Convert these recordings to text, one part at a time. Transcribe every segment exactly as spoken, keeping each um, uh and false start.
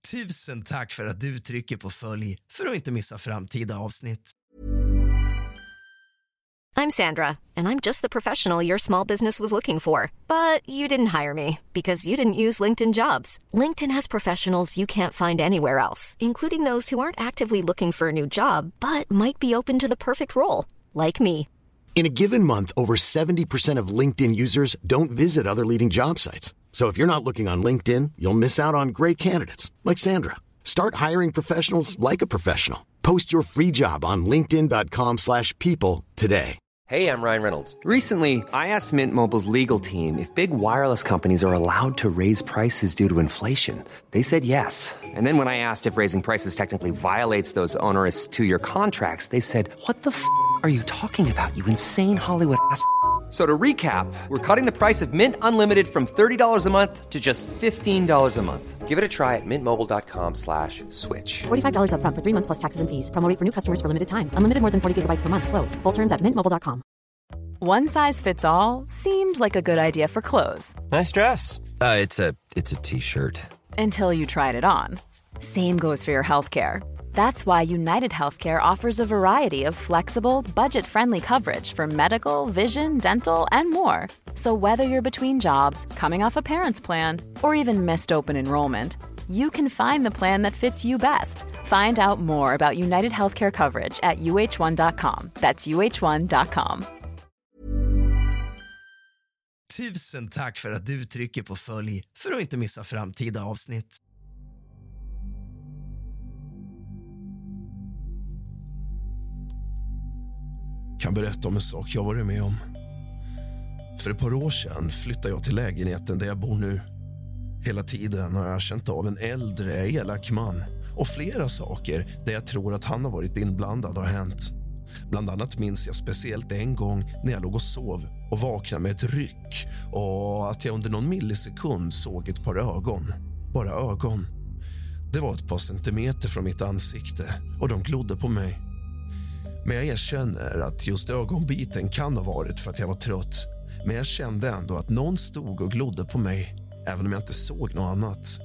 Tusen tack för att du trycker på följ för att inte missa framtida avsnitt. I'm Sandra, and I'm just the professional your small business was looking for. But you didn't hire me because you didn't use LinkedIn Jobs. LinkedIn has professionals you can't find anywhere else, including those who aren't actively looking for a new job but might be open to the perfect role, like me. In a given month, over seventy percent of LinkedIn users don't visit other leading job sites. So if you're not looking on LinkedIn, you'll miss out on great candidates like Sandra. Start hiring professionals like a professional. Post your free job on linkedin dot com slash people today. Hey, I'm Ryan Reynolds. Recently, I asked Mint Mobile's legal team if big wireless companies are allowed to raise prices due to inflation. They said yes. And then when I asked if raising prices technically violates those onerous two-year contracts, they said, "What the f*** are you talking about, you insane Hollywood ass?" So to recap, we're cutting the price of Mint Unlimited from thirty dollars a month to just fifteen dollars a month. Give it a try at mintmobile.com slash switch. forty-five dollars up front for three months plus taxes and fees. Promo rate for new customers for limited time. Unlimited more than forty gigabytes per month. Slows full terms at mint mobile dot com. One size fits all seemed like a good idea for clothes. Nice dress. Uh, it's a it's a t-shirt. Until you tried it on. Same goes for your healthcare. That's why United Healthcare offers a variety of flexible, budget-friendly coverage for medical, vision, dental, and more. So whether you're between jobs, coming off a parent's plan, or even missed open enrollment, you can find the plan that fits you best. Find out more about United Healthcare coverage at u h one dot com. That's u h one dot com. Tusen tack för att du trycker på följ för att inte missa framtida avsnitt. Kan berätta om en sak jag varit med om. För ett par år sedan flyttade jag till lägenheten där jag bor nu. Hela tiden har jag känt av en äldre, elak man och flera saker där jag tror att han har varit inblandad har hänt. Bland annat minns jag speciellt en gång när jag låg och sov och vaknade med ett ryck och att jag under någon millisekund såg ett par ögon. Bara ögon. Det var ett par centimeter från mitt ansikte och de glodde på mig. Men jag erkänner att just ögonbiten kan ha varit för att jag var trött. Men jag kände ändå att någon stod och glodde på mig, även om jag inte såg något annat.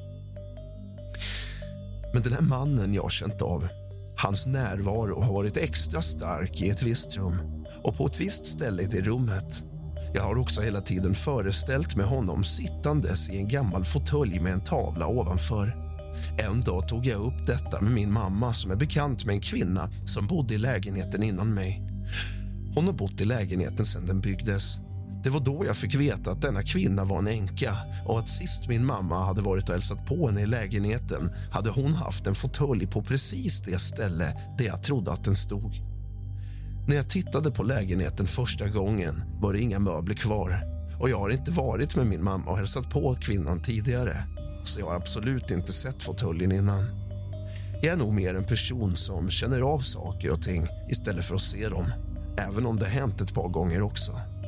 Men den här mannen jag känt av, hans närvaro har varit extra stark i ett visst rum och på ett visst ställe i det rummet. Jag har också hela tiden föreställt mig honom sittandes i en gammal fåtölj med en tavla ovanför. En dag tog jag upp detta med min mamma som är bekant med en kvinna som bodde i lägenheten innan mig. Hon har bott i lägenheten sedan den byggdes. Det var då jag fick veta att denna kvinna var en änka och att sist min mamma hade varit och hälsat på henne i lägenheten hade hon haft en fåtölj på precis det ställe där jag trodde att den stod. När jag tittade på lägenheten första gången var det inga möbler kvar och jag har inte varit med min mamma och hälsat på kvinnan tidigare. Så jag har absolut inte sett fåtöljen innan. Jag är nog mer en person som känner av saker och ting istället för att se dem. Även om det hänt ett par gånger också.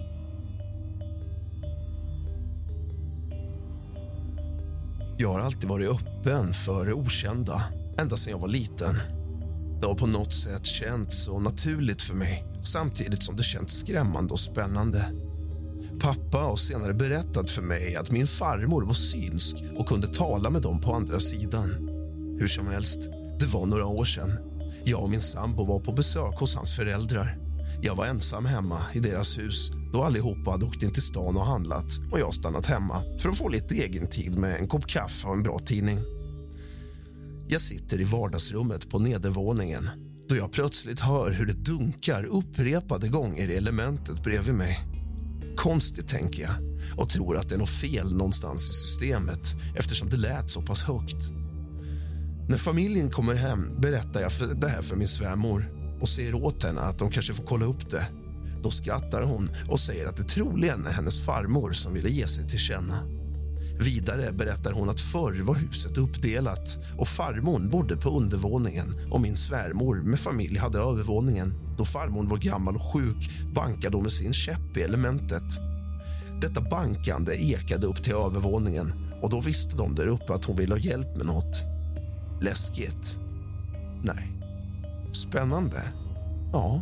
Jag har alltid varit öppen för okända, ända sedan jag var liten. Det har på något sätt känts så naturligt för mig, samtidigt som det känts skrämmande och spännande. Pappa har senare berättat för mig att min farmor var synsk och kunde tala med dem på andra sidan. Hur som helst, det var några år sedan. Jag och min sambo var på besök hos hans föräldrar. Jag var ensam hemma i deras hus då allihopa hade åkt in till stan och handlat och jag stannat hemma för att få lite egen tid med en kopp kaffe och en bra tidning. Jag sitter i vardagsrummet på nedervåningen då jag plötsligt hör hur det dunkar upprepade gånger i elementet bredvid mig. Konstigt, tänker jag, och tror att det är något fel någonstans i systemet eftersom det lät så pass högt. När familjen kommer hem berättar jag för det här för min svärmor och säger åt henne att de kanske får kolla upp det. Då skrattar hon och säger att det troligen är hennes farmor som ville ge sig till känna. Vidare berättar hon att förr var huset uppdelat och farmor bodde på undervåningen och min svärmor med familj hade övervåningen. Då farmor var gammal och sjuk bankade hon med sin käpp i elementet. Detta bankande ekade upp till övervåningen och då visste de där uppe att hon ville ha hjälp med något. Läskigt? Nej. Spännande? Ja.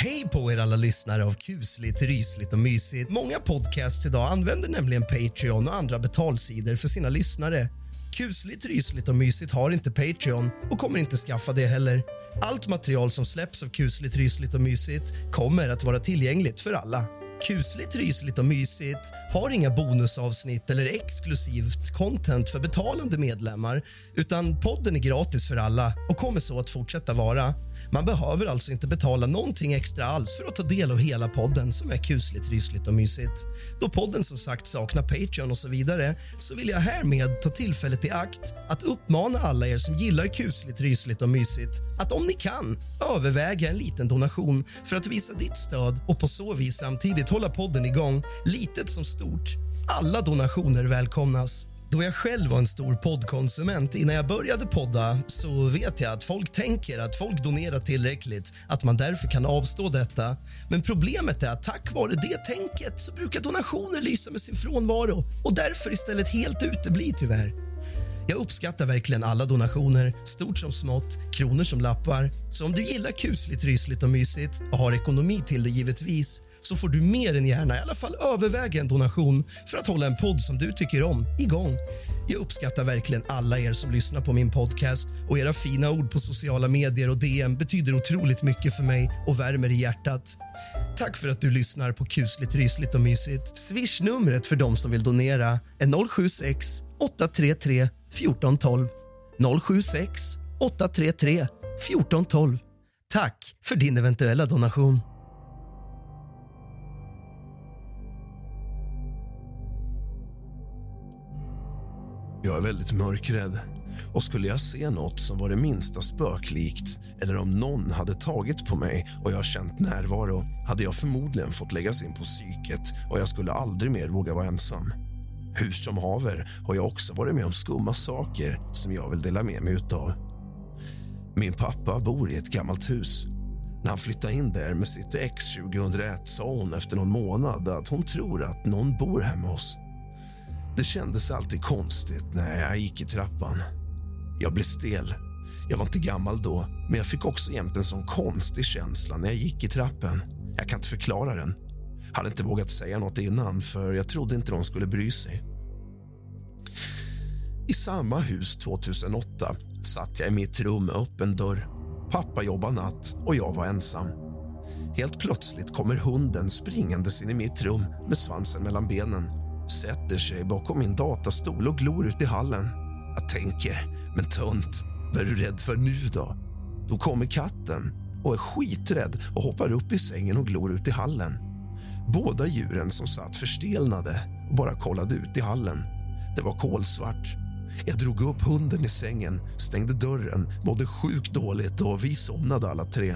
Hej på er alla lyssnare av kusligt, rysligt och mysigt. Många podcasts idag använder nämligen Patreon och andra betalsidor för sina lyssnare. Kusligt, rysligt och mysigt har inte Patreon och kommer inte skaffa det heller. Allt material som släpps av kusligt, rysligt och mysigt kommer att vara tillgängligt för alla. Kusligt, rysligt och mysigt har inga bonusavsnitt eller exklusivt content för betalande medlemmar, utan podden är gratis för alla och kommer så att fortsätta vara. Man behöver alltså inte betala någonting extra alls för att ta del av hela podden som är kusligt, rysligt och mysigt. Då podden som sagt saknar Patreon och så vidare, så vill jag härmed ta tillfället i akt att uppmana alla er som gillar kusligt, rysligt och mysigt att om ni kan överväga en liten donation för att visa ditt stöd och på så vis samtidigt hålla podden igång, litet som stort. Alla donationer välkomnas. Då jag själv var en stor poddkonsument innan jag började podda så vet jag att folk tänker att folk donerar tillräckligt, att man därför kan avstå detta. Men problemet är att tack vare det tänket så brukar donationer lysa med sin frånvaro och därför istället helt utebli tyvärr. Jag uppskattar verkligen alla donationer, stort som smått, kronor som lappar. Så om du gillar kusligt, rysligt och mysigt och har ekonomi till det givetvis, så får du mer än gärna i alla fall överväga en donation för att hålla en podd som du tycker om igång. Jag uppskattar verkligen alla er som lyssnar på min podcast och era fina ord på sociala medier och D M betyder otroligt mycket för mig och värmer i hjärtat. Tack för att du lyssnar på kusligt, rysligt och mysigt. Swish-numret för de som vill donera är noll sju sex åtta tre tre fjorton tolv. noll sju sex åtta tre tre fjorton tolv. Tack för din eventuella donation. Jag är väldigt mörkrädd och skulle jag se något som var det minsta spöklikt eller om någon hade tagit på mig och jag känt närvaro hade jag förmodligen fått läggas in på psyket och jag skulle aldrig mer våga vara ensam. Hur som haver har jag också varit med om skumma saker som jag vill dela med mig utav. Min pappa bor i ett gammalt hus. När han flyttade in där med sitt ex tjugohundraett sa hon efter någon månad att hon tror att någon bor hemma hos. Det kändes alltid konstigt när jag gick i trappan. Jag blev stel. Jag var inte gammal då, men jag fick också jämt en sån konstig känsla när jag gick i trappen. Jag kan inte förklara den. Jag hade inte vågat säga något innan för jag trodde inte de skulle bry sig. I samma hus tjugohundraåtta satt jag i mitt rum med öppen dörr. Pappa jobbade natt och jag var ensam. Helt plötsligt kommer hunden springandes in i mitt rum med svansen mellan benen. Sätter sig bakom min datastol och glor ut i hallen. Jag tänker, men tönt, vad är du rädd för nu då? Då kommer katten och är skiträdd och hoppar upp i sängen och glor ut i hallen. Båda djuren som satt förstelnade och bara kollade ut i hallen. Det var kolsvart. Jag drog upp hunden i sängen, stängde dörren, mådde sjukt dåligt och vi somnade alla tre.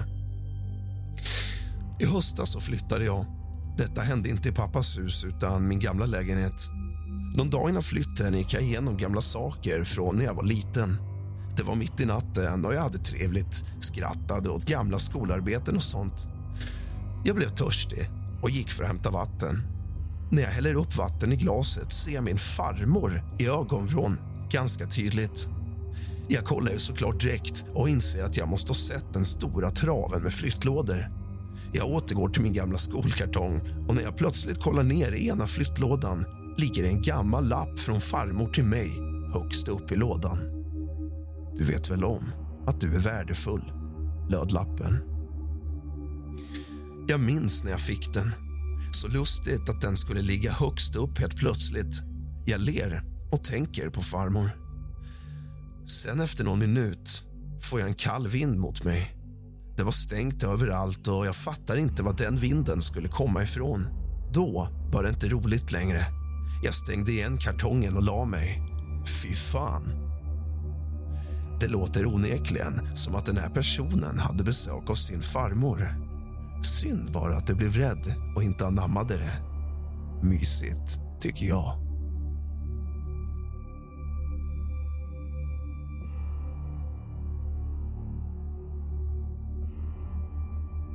I höstas så flyttade jag. Detta hände inte i pappas hus utan min gamla lägenhet. Någon dag innan flytten gick jag igenom gamla saker från när jag var liten. Det var mitt i natten och jag hade trevligt, skrattade åt gamla skolarbeten och sånt. Jag blev törstig och gick för att hämta vatten. När jag häller upp vatten i glaset ser jag min farmor i ögonvrån ganska tydligt. Jag kollar ju såklart direkt och inser att jag måste ha sett den stora traven med flyttlådor. Jag återgår till min gamla skolkartong och när jag plötsligt kollar ner i ena flyttlådan ligger en gammal lapp från farmor till mig högst upp i lådan. Du vet väl om att du är värdefull, löd lappen. Jag minns när jag fick den. Så lustigt att den skulle ligga högst upp helt plötsligt. Jag ler och tänker på farmor. Sen efter någon minut får jag en kall vind mot mig. Det var stängt överallt och jag fattar inte vad den vinden skulle komma ifrån. Då var det inte roligt längre. Jag stängde igen kartongen och la mig. Fy fan. Det låter onekligen som att den här personen hade besök av sin farmor. Synd bara att du blev rädd och inte anammade det. Mysigt, tycker jag.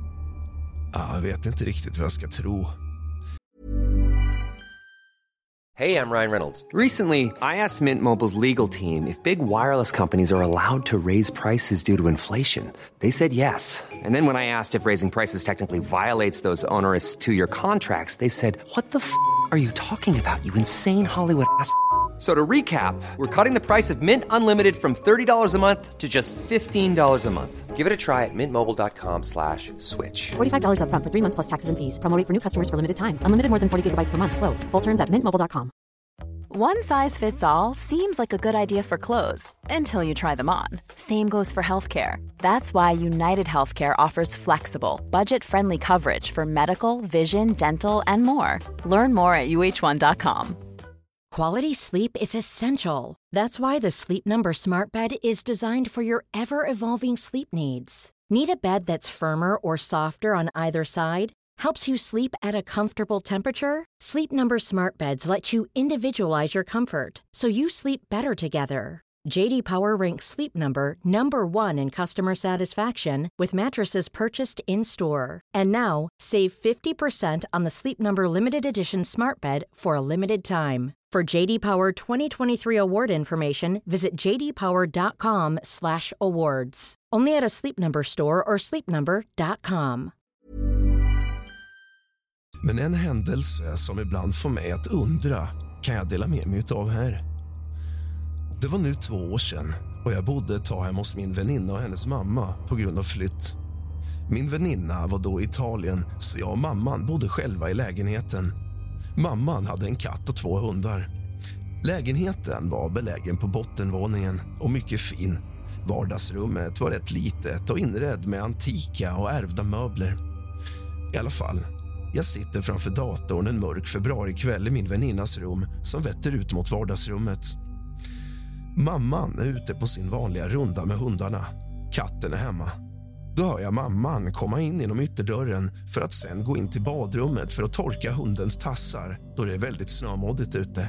Jag vet inte riktigt vad jag ska tro. Hey, I'm Ryan Reynolds. Recently, I asked Mint Mobile's legal team if big wireless companies are allowed to raise prices due to inflation. They said yes. And then when I asked if raising prices technically violates those onerous two-year contracts, they said, what the f*** are you talking about, you insane Hollywood ass f- So to recap, we're cutting the price of Mint Unlimited from thirty dollars a month to just fifteen dollars a month. Give it a try at mintmobile.com slash switch. forty-five dollars up front for three months plus taxes and fees. Promo rate for new customers for limited time. Unlimited more than forty gigabytes per month. Slows full terms at mint mobile dot com. One size fits all seems like a good idea for clothes until you try them on. Same goes for healthcare. That's why United Healthcare offers flexible, budget-friendly coverage for medical, vision, dental, and more. Learn more at u h one dot com. Quality sleep is essential. That's why the Sleep Number Smart Bed is designed for your ever-evolving sleep needs. Need a bed that's firmer or softer on either side? Helps you sleep at a comfortable temperature? Sleep Number Smart Beds let you individualize your comfort so you sleep better together. J D Power ranks Sleep Number number one in customer satisfaction with mattresses purchased in-store. And now, save fifty percent on the Sleep Number Limited Edition Smart Bed for a limited time. For J D Power twenty twenty-three award information, visit j d power dot com slash awards. Only at a Sleep Number store or sleep number dot com. Men en händelse som ibland får mig att undra kan jag dela med mig av här. Det var nu två år sedan och jag bodde ett tag hemma hos min väninna och hennes mamma på grund av flytt. Min väninna var då i Italien så jag och mamman bodde själva i lägenheten. Mamman hade en katt och två hundar. Lägenheten var belägen på bottenvåningen och mycket fin. Vardagsrummet var rätt litet och inredd med antika och ärvda möbler. I alla fall, jag sitter framför datorn en mörk februarikväll i min väninnas rum som vetter ut mot vardagsrummet. Mamman är ute på sin vanliga runda med hundarna. Katten är hemma. Då hör jag mamman komma in genom ytterdörren för att sen gå in till badrummet för att torka hundens tassar då det är väldigt snömoddigt ute.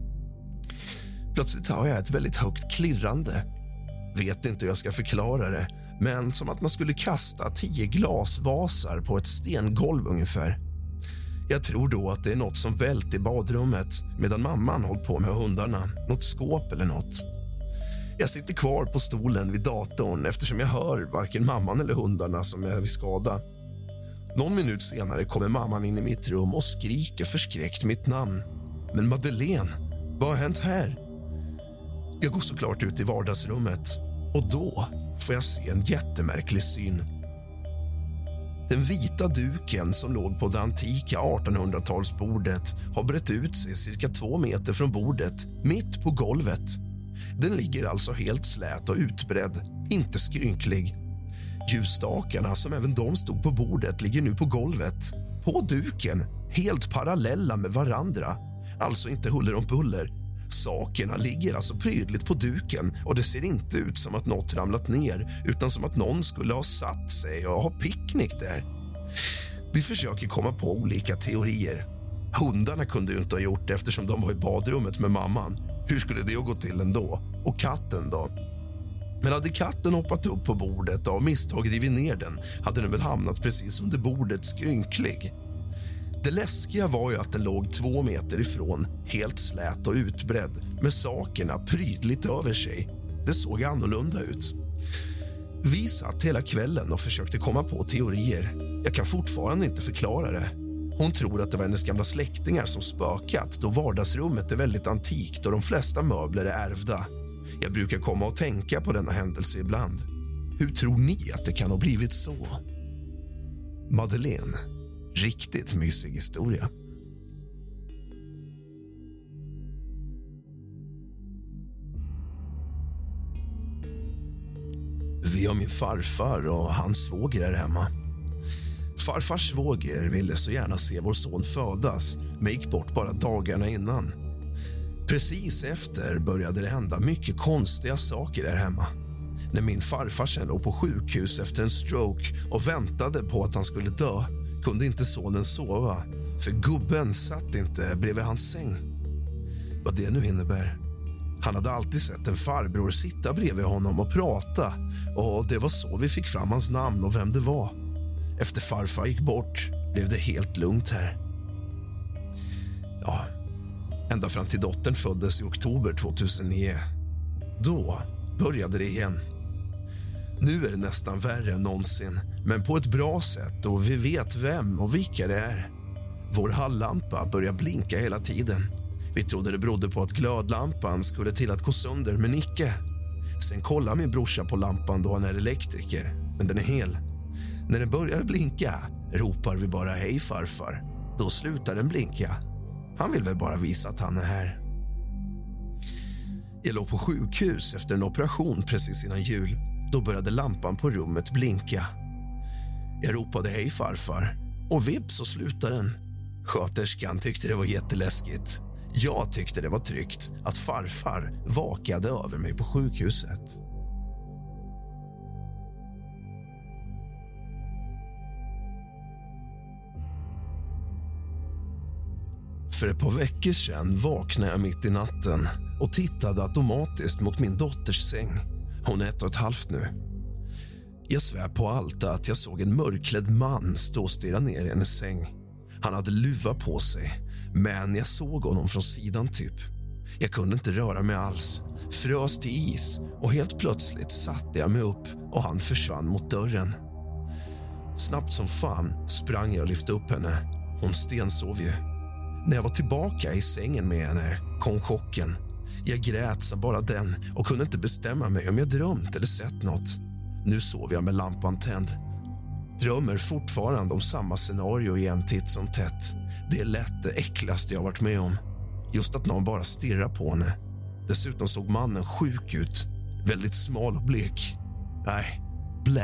Plötsligt hör jag ett väldigt högt klirrande. Vet inte hur jag ska förklara det, men som att man skulle kasta tio glasvasar på ett stengolv ungefär. Jag tror då att det är något som vält i badrummet medan mamman hållit på med hundarna, något skåp eller något. Jag sitter kvar på stolen vid datorn eftersom jag hör varken mamman eller hundarna som är vid skada. Någon minut senare kommer mamman in i mitt rum och skriker förskräckt mitt namn. Men Madeleine, vad har hänt här? Jag går såklart ut i vardagsrummet och då får jag se en jättemärklig syn. Den vita duken som låg på det antika artonhundratalsbordet har brett ut sig cirka två meter från bordet, mitt på golvet. Den ligger alltså helt slät och utbredd, inte skrynklig. Ljusstakarna som även de stod på bordet ligger nu på golvet, på duken, helt parallella med varandra. Alltså inte huller om buller. Sakerna ligger alltså prydligt på duken och det ser inte ut som att något ramlat ner utan som att någon skulle ha satt sig och ha picknick där. Vi försöker komma på olika teorier. Hundarna kunde ju inte ha gjort det eftersom de var i badrummet med mamman. Hur skulle det gå till ändå? Och katten då? Men hade katten hoppat upp på bordet och av misstag rivit ner den hade den väl hamnat precis under bordet skrynklig. Det läskiga var ju att den låg två meter ifrån, helt slät och utbredd med sakerna prydligt över sig. Det såg annorlunda ut. Vi satt hela kvällen och försökte komma på teorier. Jag kan fortfarande inte förklara det. Hon tror att det var hennes gamla släktingar som spökat då vardagsrummet är väldigt antikt och de flesta möbler är ärvda. Jag brukar komma och tänka på denna händelse ibland. Hur tror ni att det kan ha blivit så? Madeleine. Riktigt mysig historia. Vi har min farfar och hans svåger här hemma. Farfars svåger ville så gärna se vår son födas men gick bort bara dagarna innan. Precis efter började det hända mycket konstiga saker här hemma. När min farfar sen låg på sjukhus efter en stroke och väntade på att han skulle dö kunde inte sonen sova för gubben satt inte bredvid hans säng. Vad det nu innebär. Han hade alltid sett en farbror sitta bredvid honom och prata och det var så vi fick fram hans namn och vem det var. Efter farfar gick bort blev det helt lugnt här. Ja, ända fram till dottern föddes i oktober tjugohundranio. Då började det igen. Nu är det nästan värre än någonsin, men på ett bra sätt och vi vet vem och vilka det är. Vår halllampa börjar blinka hela tiden. Vi trodde det berodde på att glödlampan skulle till att gå sönder, men icke. Sen kollar min brorsa på lampan då han är elektriker, men den är hel. När den börjar blinka ropar vi bara hej farfar. Då slutar den blinka. Han vill väl bara visa att han är här. Jag låg på sjukhus efter en operation precis innan jul. Då började lampan på rummet blinka. Jag ropade hej farfar och vips så slutade den. Sköterskan tyckte det var jätteläskigt. Jag tyckte det var tryggt att farfar vakade över mig på sjukhuset. För ett par veckor sedan vaknade jag mitt i natten och tittade automatiskt mot min dotters säng. Hon är ett och ett halvt nu. Jag svär på allt att jag såg en mörkklädd man stå och stirra ner i hennes säng. Han hade luva på sig, men jag såg honom från sidan typ. Jag kunde inte röra mig alls, frös till is och helt plötsligt satte jag mig upp och han försvann mot dörren. Snabbt som fan sprang jag och lyfte upp henne. Hon stensov ju. När jag var tillbaka i sängen med henne kom chocken. Jag grät som bara den och kunde inte bestämma mig om jag drömt eller sett något. Nu sov jag med lampan tänd. Drömmer fortfarande om samma scenario igen titt som tätt. Det är lätt det äckligaste jag varit med om. Just att någon bara stirrar på henne. Dessutom såg mannen sjuk ut. Väldigt smal och blek. Nej, blä.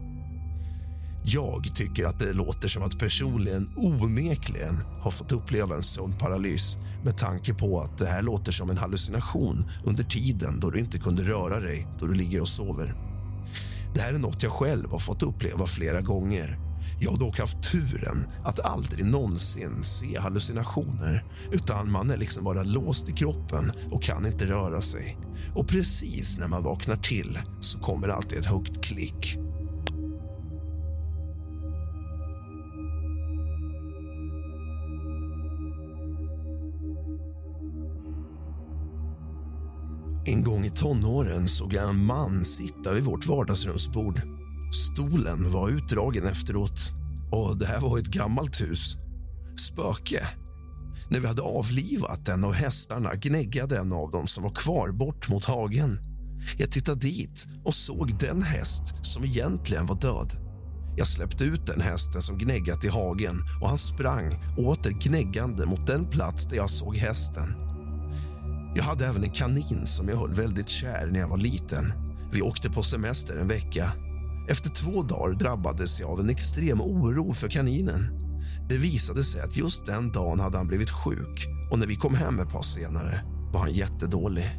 Jag tycker att det låter som att personligen onekligen har fått uppleva en sömnparalys med tanke på att det här låter som en hallucination under tiden då du inte kunde röra dig då du ligger och sover. Det här är något jag själv har fått uppleva flera gånger. Jag har dock haft turen att aldrig någonsin se hallucinationer utan man är liksom bara låst i kroppen och kan inte röra sig. Och precis när man vaknar till så kommer alltid ett högt klick. En gång i tonåren såg jag en man sitta vid vårt vardagsrumsbord. Stolen var utdragen efteråt och det här var ett gammalt hus. Spöke. När vi hade avlivat en av hästarna gnäggade en av dem som var kvar bort mot hagen. Jag tittade dit och såg den häst som egentligen var död. Jag släppte ut den hästen som gnäggat i hagen och han sprang åter gnäggande mot den plats där jag såg hästen. Jag hade även en kanin som jag höll väldigt kär när jag var liten. Vi åkte på semester en vecka. Efter två dagar drabbades jag av en extrem oro för kaninen. Det visade sig att just den dagen hade han blivit sjuk och när vi kom hem ett par senare var han jättedålig.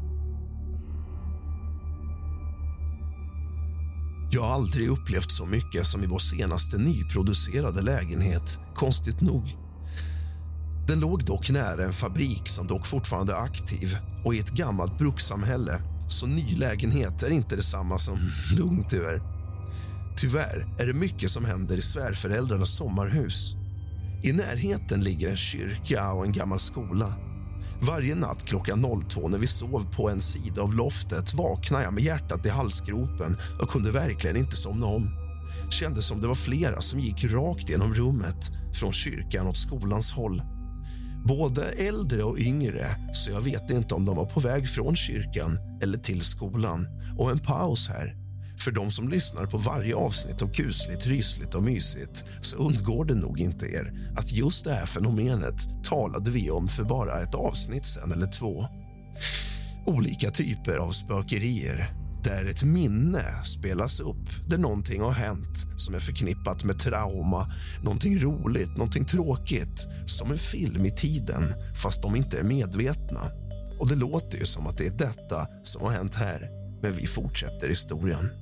Jag har aldrig upplevt så mycket som i vår senaste nyproducerade lägenhet, konstigt nog. Den låg dock nära en fabrik som dock fortfarande är aktiv och i ett gammalt brukssamhälle, så ny lägenhet är inte detsamma som lugnt tyvärr. Tyvärr är det mycket som händer i svärföräldrarnas sommarhus. I närheten ligger en kyrka och en gammal skola. Varje natt klockan två när vi sov på en sida av loftet vaknade jag med hjärtat i halsgropen och kunde verkligen inte somna om. Kändes som det var flera som gick rakt genom rummet från kyrkan åt skolans håll. Både äldre och yngre, så jag vet inte om de var på väg från kyrkan eller till skolan. Och en paus här. För de som lyssnar på varje avsnitt av kusligt, rysligt och mysigt så undgår det nog inte er att just det här fenomenet talade vi om för bara ett avsnitt sen eller två. Olika typer av spökerier där ett minne spelas upp, där någonting har hänt som är förknippat med trauma, någonting roligt, någonting tråkigt, som en film i tiden fast de inte är medvetna. Och det låter ju som att det är detta som har hänt här, men vi fortsätter historien.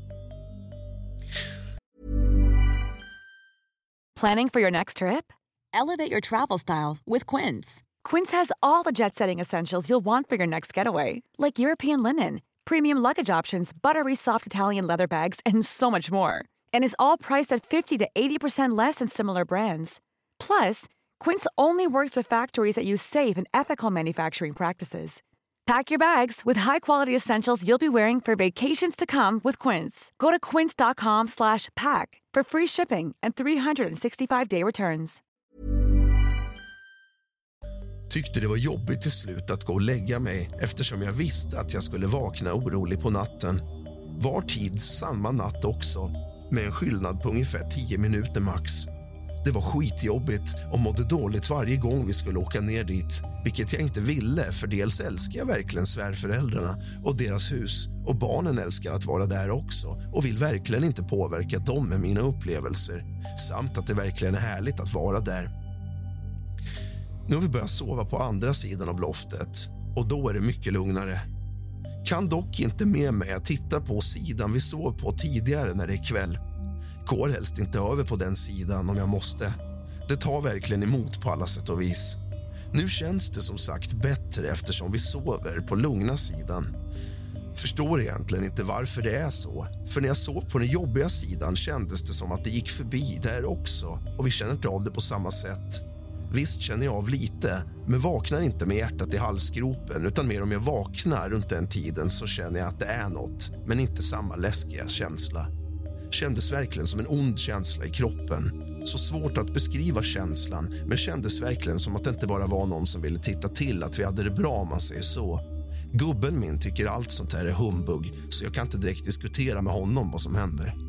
Planning for your next trip? Elevate your travel style with Quince. Quince has all the jet-setting essentials you'll want for your next getaway, like European linen, premium luggage options, buttery soft Italian leather bags, and so much more. And is all priced at fifty to eighty percent less than similar brands. Plus, Quince only works with factories that use safe and ethical manufacturing practices. Pack your bags with high-quality essentials you'll be wearing for vacations to come with Quince. Go to quince.com slash pack for free shipping and three sixty-five day returns. Tyckte det var jobbigt till slut att gå och lägga mig eftersom jag visste att jag skulle vakna orolig på natten. Var tid samma natt också, med en skillnad på ungefär tio minuter max. Det var skitjobbigt och mådde dåligt varje gång vi skulle åka ner dit, vilket jag inte ville, för dels älskar jag verkligen svärföräldrarna och deras hus, och barnen älskar att vara där också och vill verkligen inte påverka dem med mina upplevelser, samt att det verkligen är härligt att vara där. Nu har vi börjat sova på andra sidan av loftet och då är det mycket lugnare. Kan dock inte med mig att titta på sidan vi sov på tidigare när det är kväll. Går helst inte över på den sidan om jag måste. Det tar verkligen emot på alla sätt och vis. Nu känns det som sagt bättre eftersom vi sover på lugna sidan. Förstår egentligen inte varför det är så. För när jag sov på den jobbiga sidan kändes det som att det gick förbi där också. Och vi känner inte av det på samma sätt. Visst känner jag av lite, men vaknar inte med hjärtat i halsgropen, utan mer om jag vaknar runt den tiden så känner jag att det är något, men inte samma läskiga känsla. Kändes verkligen som en ond känsla i kroppen. Så svårt att beskriva känslan, men kändes verkligen som att det inte bara var någon som ville titta till att vi hade det bra, om man säger så. Gubben min tycker allt sånt här är humbug, så jag kan inte direkt diskutera med honom vad som händer.